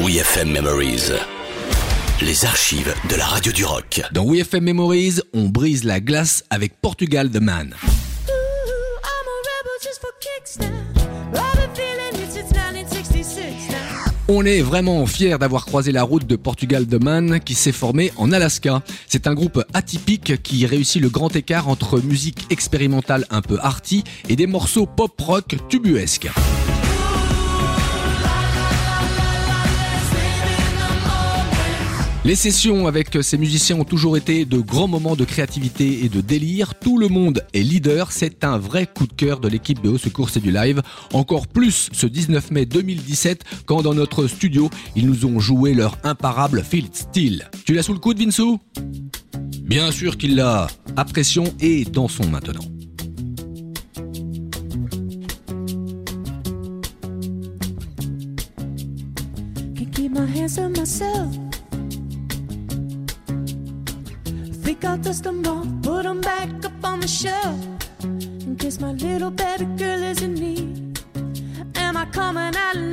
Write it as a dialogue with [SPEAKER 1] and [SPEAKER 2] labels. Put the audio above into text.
[SPEAKER 1] WeFM Memories. Les archives de la radio du rock.
[SPEAKER 2] Dans WeFM Memories, on brise la glace avec Portugal The Man. On est vraiment fiers d'avoir croisé la route de Portugal The Man qui s'est formé en Alaska. C'est un groupe atypique qui réussit le grand écart entre musique expérimentale un peu arty et des morceaux pop-rock tubuesques. Les sessions avec ces musiciens ont toujours été de grands moments de créativité et de délire. Tout le monde est leader. C'est un vrai coup de cœur de l'équipe de Au Secours, c'est du live. Encore plus ce 19 mai 2017 quand dans notre studio, ils nous ont joué leur imparable Feel It Still. Tu l'as sous le coude, Vinsou ? Bien sûr qu'il l'a. Apprécions et dansons maintenant.
[SPEAKER 3] Can't keep my hands on myself. Think I'll dust them off, put them back up on the shelf. In case my little baby girl is in need. Am I coming out